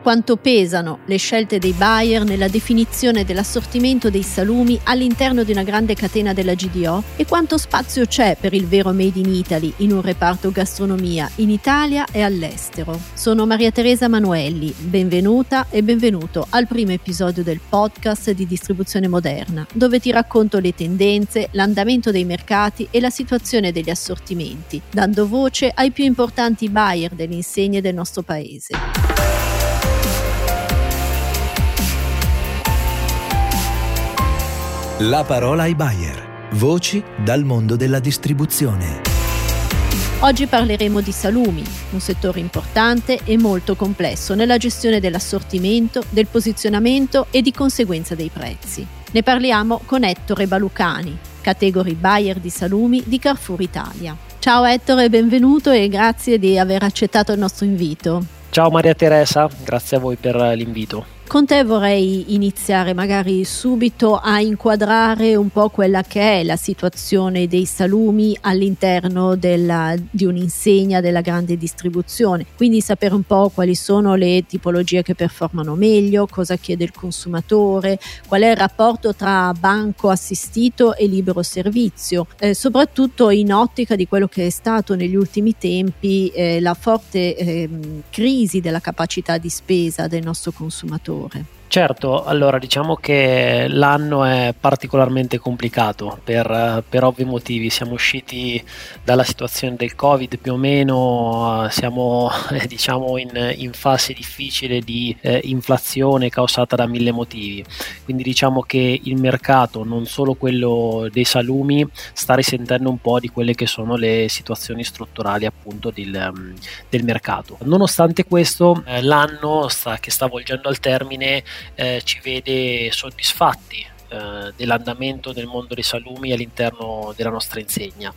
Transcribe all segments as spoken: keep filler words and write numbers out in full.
Quanto pesano le scelte dei buyer nella definizione dell'assortimento dei salumi all'interno di una grande catena della G D O e quanto spazio c'è per il vero Made in Italy in un reparto gastronomia in Italia e all'estero. Sono Maria Teresa Manuelli, benvenuta e benvenuto al primo episodio del podcast di Distribuzione Moderna, dove ti racconto le tendenze, l'andamento dei mercati e la situazione degli assortimenti, dando voce ai più importanti buyer delle insegne del nostro paese. La parola ai buyer. Voci dal mondo della distribuzione. Oggi parleremo di salumi, un settore importante e molto complesso nella gestione dell'assortimento, del posizionamento e di conseguenza dei prezzi. Ne parliamo con Ettore Balucani, category buyer di salumi di Carrefour Italia. Ciao Ettore, benvenuto e grazie di aver accettato il nostro invito. Ciao Maria Teresa, grazie a voi per l'invito. Con te vorrei iniziare magari subito a inquadrare un po' quella che è la situazione dei salumi all'interno della, di un'insegna della grande distribuzione, quindi sapere un po' quali sono le tipologie che performano meglio, cosa chiede il consumatore, qual è il rapporto tra banco assistito e libero servizio, eh, soprattutto in ottica di quello che è stato negli ultimi tempi eh, la forte eh, crisi della capacità di spesa del nostro consumatore. Certo, allora diciamo che l'anno è particolarmente complicato per, per ovvi motivi. Siamo usciti dalla situazione del Covid più o meno, siamo eh, diciamo in, in fase difficile di eh, inflazione causata da mille motivi, quindi diciamo che il mercato, non solo quello dei salumi, sta risentendo un po' di quelle che sono le situazioni strutturali appunto del, del mercato. Nonostante questo eh, l'anno sta, che sta volgendo al termine Eh, ci vede soddisfatti eh, dell'andamento del mondo dei salumi all'interno della nostra insegna.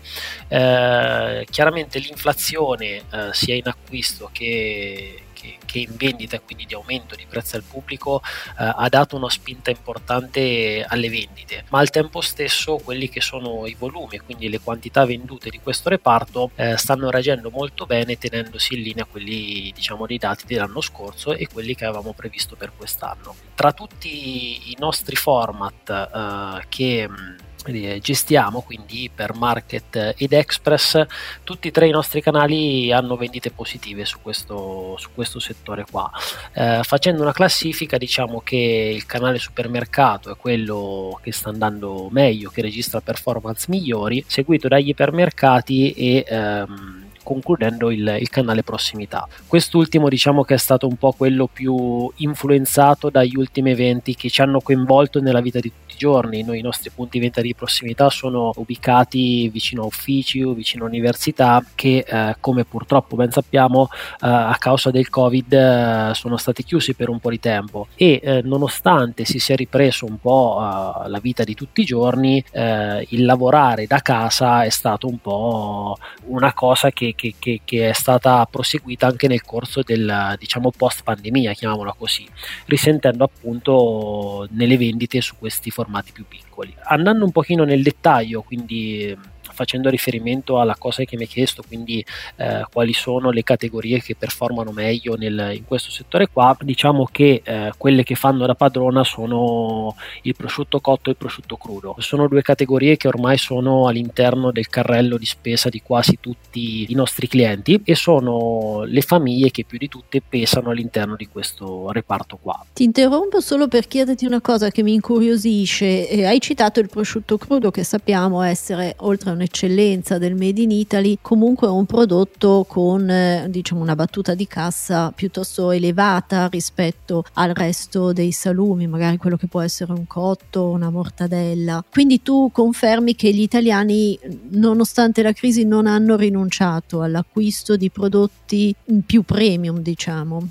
Eh, chiaramente l'inflazione eh, sia in acquisto che che in vendita, quindi di aumento di prezzi al pubblico, eh, ha dato una spinta importante alle vendite, ma al tempo stesso quelli che sono i volumi, quindi le quantità vendute di questo reparto eh, stanno reagendo molto bene, tenendosi in linea quelli diciamo dei dati dell'anno scorso e quelli che avevamo previsto per quest'anno. Tra tutti i nostri format eh, che gestiamo, quindi Ipermarket ed Express, tutti e tre i nostri canali hanno vendite positive su questo, su questo settore qua. Eh, facendo una classifica, diciamo che il canale supermercato è quello che sta andando meglio, che registra performance migliori, seguito dagli ipermercati e ehm, concludendo il, il canale prossimità. Quest'ultimo diciamo che è stato un po' quello più influenzato dagli ultimi eventi che ci hanno coinvolto nella vita di tutti i giorni. Noi, i nostri punti vendita di prossimità sono ubicati vicino a uffici o vicino a università che eh, come purtroppo ben sappiamo eh, a causa del Covid eh, sono stati chiusi per un po' di tempo e eh, nonostante si sia ripreso un po' eh, la vita di tutti i giorni, eh, il lavorare da casa è stato un po' una cosa che Che, che, che è stata proseguita anche nel corso del diciamo post pandemia, chiamiamola così, risentendo appunto nelle vendite su questi formati più piccoli. Andando un pochino nel dettaglio, quindi facendo riferimento alla cosa che mi hai chiesto, quindi eh, quali sono le categorie che performano meglio nel, in questo settore qua, diciamo che eh, quelle che fanno da padrona sono il prosciutto cotto e il prosciutto crudo. Sono due categorie che ormai sono all'interno del carrello di spesa di quasi tutti i nostri clienti e sono le famiglie che più di tutte pesano all'interno di questo reparto qua. Ti interrompo solo per chiederti una cosa che mi incuriosisce. Eh, hai citato il prosciutto crudo, che sappiamo essere, oltre a un'eccellenza del Made in Italy, comunque un prodotto con eh, diciamo una battuta di cassa piuttosto elevata rispetto al resto dei salumi, magari quello che può essere un cotto, una mortadella. Quindi tu confermi che gli italiani, nonostante la crisi, non hanno rinunciato all'acquisto di prodotti più premium, diciamo?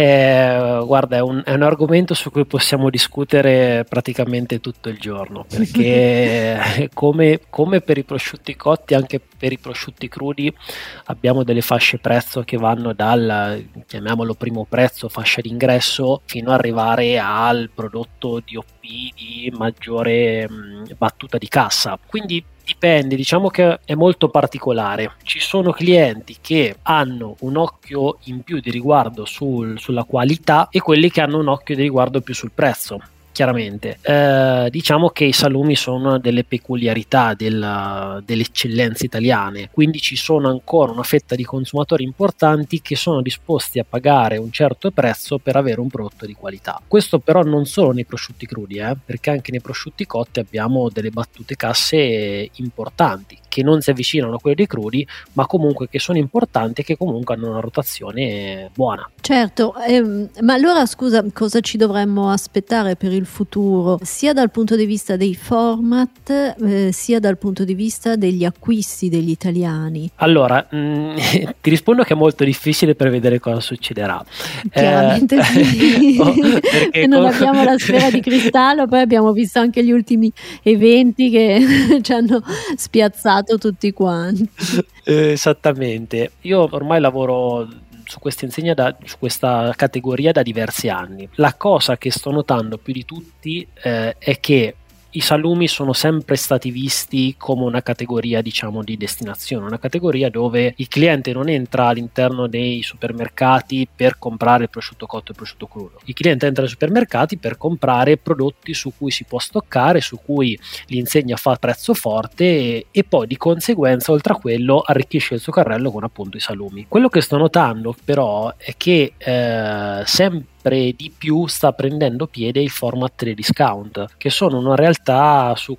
Eh, guarda, è un, è un argomento su cui possiamo discutere praticamente tutto il giorno, perché come, come per i prosciutti cotti, anche per i prosciutti crudi abbiamo delle fasce prezzo che vanno dal, chiamiamolo primo prezzo, fascia d'ingresso, fino ad arrivare al prodotto D O P di maggiore mh, battuta di cassa. Quindi Dipende, diciamo che è molto particolare. Ci sono clienti che hanno un occhio in più di riguardo sul, sulla qualità e quelli che hanno un occhio di riguardo più sul prezzo. Chiaramente, eh, diciamo che i salumi sono delle peculiarità della, delle eccellenze italiane, quindi ci sono ancora una fetta di consumatori importanti che sono disposti a pagare un certo prezzo per avere un prodotto di qualità. Questo però non solo nei prosciutti crudi, eh, perché anche nei prosciutti cotti abbiamo delle battute casse importanti che non si avvicinano a quelle dei crudi, ma comunque che sono importanti e che comunque hanno una rotazione buona. Certo, ehm, ma allora scusa, cosa ci dovremmo aspettare per il futuro, sia dal punto di vista dei format, eh, sia dal punto di vista degli acquisti degli italiani? Allora, mh, ti rispondo che è molto difficile prevedere cosa succederà. Chiaramente eh, sì, oh, perché non com- abbiamo la sfera di cristallo, poi abbiamo visto anche gli ultimi eventi che ci hanno spiazzato tutti quanti. Eh, esattamente, io ormai lavoro su questa insegna da, su questa categoria da diversi anni. La cosa che sto notando più di tutti eh, è che i salumi sono sempre stati visti come una categoria, diciamo, di destinazione, una categoria dove il cliente non entra all'interno dei supermercati per comprare il prosciutto cotto e il prosciutto crudo. Il cliente entra nei supermercati per comprare prodotti su cui si può stoccare, su cui l'insegna fa prezzo forte e, e poi di conseguenza, oltre a quello, arricchisce il suo carrello con appunto i salumi. Quello che sto notando però è che eh, sempre di più sta prendendo piede il format dei discount, che sono una realtà su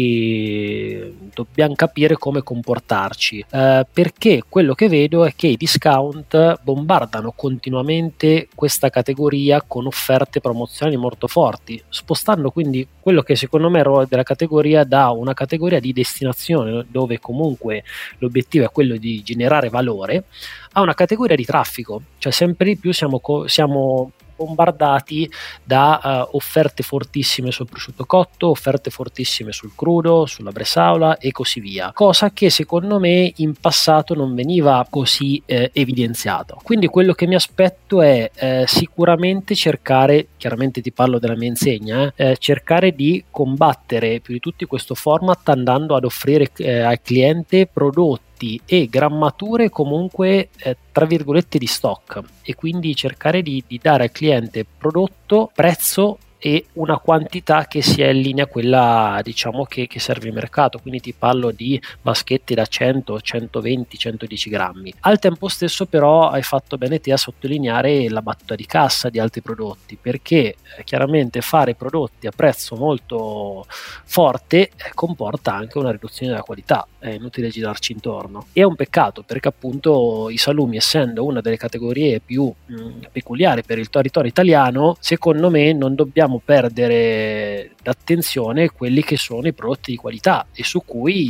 cui dobbiamo capire come comportarci, eh, perché quello che vedo è che i discount bombardano continuamente questa categoria con offerte promozionali molto forti, spostando quindi quello che secondo me è il ruolo della categoria da una categoria di destinazione dove comunque l'obiettivo è quello di generare valore a una categoria di traffico, cioè sempre di più siamo, co- siamo bombardati da uh, offerte fortissime sul prosciutto cotto, offerte fortissime sul crudo, sulla bresaola e così via, cosa che secondo me in passato non veniva così eh, evidenziato. Quindi quello che mi aspetto è eh, sicuramente cercare, chiaramente ti parlo della mia insegna, eh, cercare di combattere più di tutti questo format andando ad offrire eh, al cliente prodotti e grammature comunque eh, tra virgolette di stock, e quindi cercare di, di dare al cliente prodotto, prezzo e una quantità che sia in linea quella, diciamo, che, che serve il mercato. Quindi ti parlo di vaschetti da cento, centoventi, centodieci grammi. Al tempo stesso però hai fatto bene te a sottolineare la battuta di cassa di altri prodotti, perché eh, chiaramente fare prodotti a prezzo molto forte eh, comporta anche una riduzione della qualità, è inutile girarci intorno. E è un peccato, perché appunto i salumi, essendo una delle categorie più mh, peculiari per il territorio italiano, secondo me non dobbiamo perdere d'attenzione quelli che sono i prodotti di qualità e su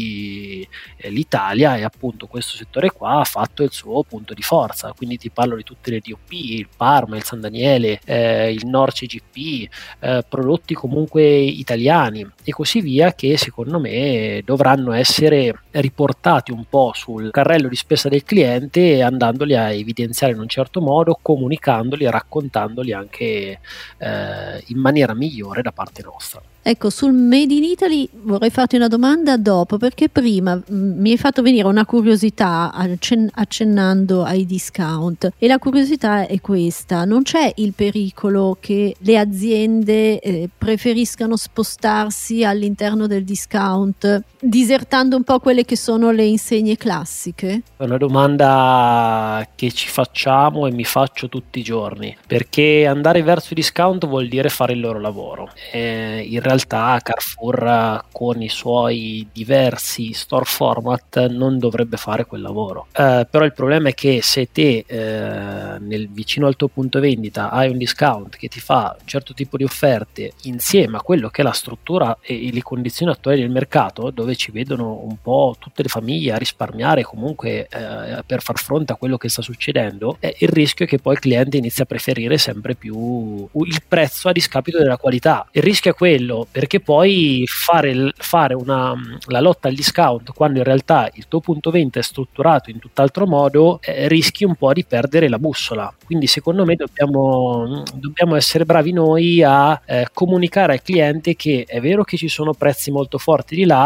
cui eh, l'Italia e appunto questo settore qua ha fatto il suo punto di forza. Quindi ti parlo di tutte le D O P, il Parma, il San Daniele, eh, il Norce G P, eh, prodotti comunque italiani e così via, che secondo me dovranno essere riportati un po' sul carrello di spesa del cliente, andandoli a evidenziare in un certo modo, comunicandoli e raccontandoli anche eh, in maniera migliore da parte nostra. Ecco, sul Made in Italy vorrei farti una domanda dopo, perché prima mh, mi hai fatto venire una curiosità accen- accennando ai discount, e la curiosità è questa: non c'è il pericolo che le aziende eh, preferiscano spostarsi all'interno del discount, disertando un po' quelle che sono le insegne classiche? È una domanda che ci facciamo e mi faccio tutti i giorni, perché andare verso i discount vuol dire fare il loro lavoro. Eh, in realtà Carrefour, con i suoi diversi store format, non dovrebbe fare quel lavoro, eh, però il problema è che se te eh, nel, vicino al tuo punto vendita hai un discount che ti fa un certo tipo di offerte insieme a quello che è la struttura e, e le condizioni attuali del mercato, dove ci vedono un po' tutte le famiglie a risparmiare comunque eh, per far fronte a quello che sta succedendo, eh, il rischio è che poi il cliente inizia a preferire sempre più il prezzo a discapito della qualità. Il rischio è quello, perché poi fare, fare una, la lotta al discount quando in realtà il tuo punto vendita è strutturato in tutt'altro modo, eh, rischi un po' di perdere la bussola. Quindi secondo me dobbiamo, dobbiamo essere bravi noi a eh, comunicare al cliente che è vero che ci sono prezzi molto forti di là,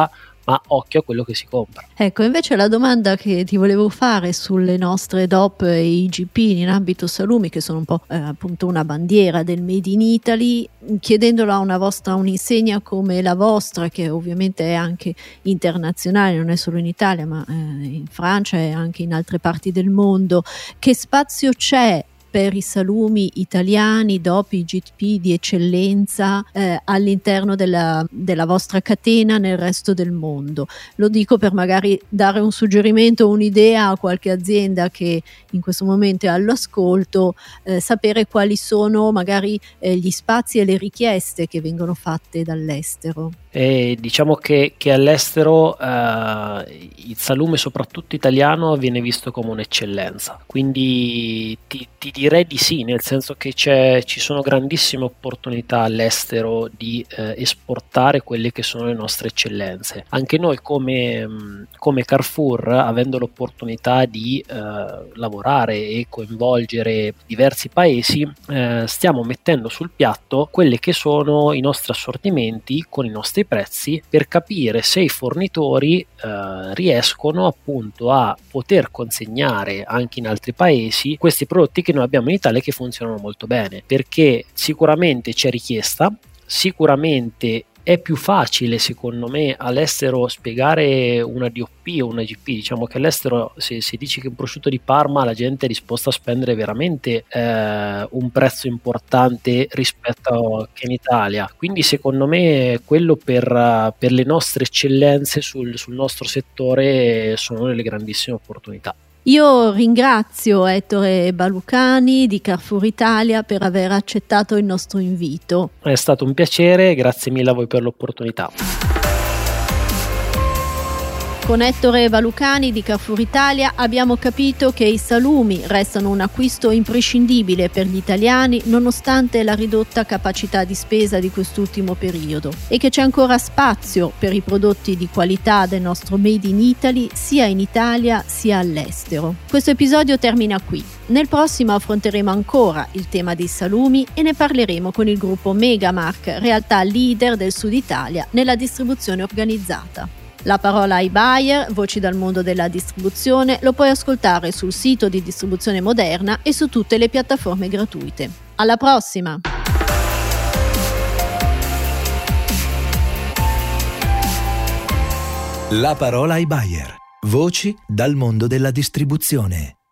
ma occhio a quello che si compra. Ecco, invece la domanda che ti volevo fare sulle nostre D O P e I G P in ambito salumi, che sono un po' eh, appunto una bandiera del Made in Italy, chiedendolo a una vostra un'insegna come la vostra, che ovviamente è anche internazionale, non è solo in Italia ma eh, in Francia e anche in altre parti del mondo, che spazio c'è per i salumi italiani, D O P, I G P di eccellenza eh, all'interno della, della vostra catena nel resto del mondo? Lo dico per magari dare un suggerimento, un'idea a qualche azienda che in questo momento è all'ascolto, eh, sapere quali sono magari eh, gli spazi e le richieste che vengono fatte dall'estero. E diciamo che, che all'estero eh, il salume, soprattutto italiano, viene visto come un'eccellenza, quindi ti, ti direi di sì, nel senso che c'è, ci sono grandissime opportunità all'estero di eh, esportare quelle che sono le nostre eccellenze. Anche noi come, come Carrefour, avendo l'opportunità di eh, lavorare e coinvolgere diversi paesi, eh, stiamo mettendo sul piatto quelle che sono i nostri assortimenti con i nostri prezzi, per capire se i fornitori eh, riescono appunto a poter consegnare anche in altri paesi questi prodotti che noi abbiamo in Italia, che funzionano molto bene, perché sicuramente c'è richiesta, sicuramente è più facile secondo me all'estero spiegare una D O P o una G P. Diciamo che all'estero se, se dici che un prosciutto di Parma, la gente è disposta a spendere veramente eh, un prezzo importante rispetto a che in Italia, quindi secondo me quello per, per le nostre eccellenze sul, sul nostro settore sono delle grandissime opportunità. Io ringrazio Ettore Balucani di Carrefour Italia per aver accettato il nostro invito. È stato un piacere, grazie mille a voi per l'opportunità. Con Ettore Balucani di Carrefour Italia abbiamo capito che i salumi restano un acquisto imprescindibile per gli italiani nonostante la ridotta capacità di spesa di quest'ultimo periodo, e che c'è ancora spazio per i prodotti di qualità del nostro Made in Italy sia in Italia sia all'estero. Questo episodio termina qui. Nel prossimo affronteremo ancora il tema dei salumi e ne parleremo con il gruppo Megamark, realtà leader del Sud Italia nella distribuzione organizzata. La parola ai buyer, voci dal mondo della distribuzione, lo puoi ascoltare sul sito di Distribuzione Moderna e su tutte le piattaforme gratuite. Alla prossima! La parola ai buyer, voci dal mondo della distribuzione.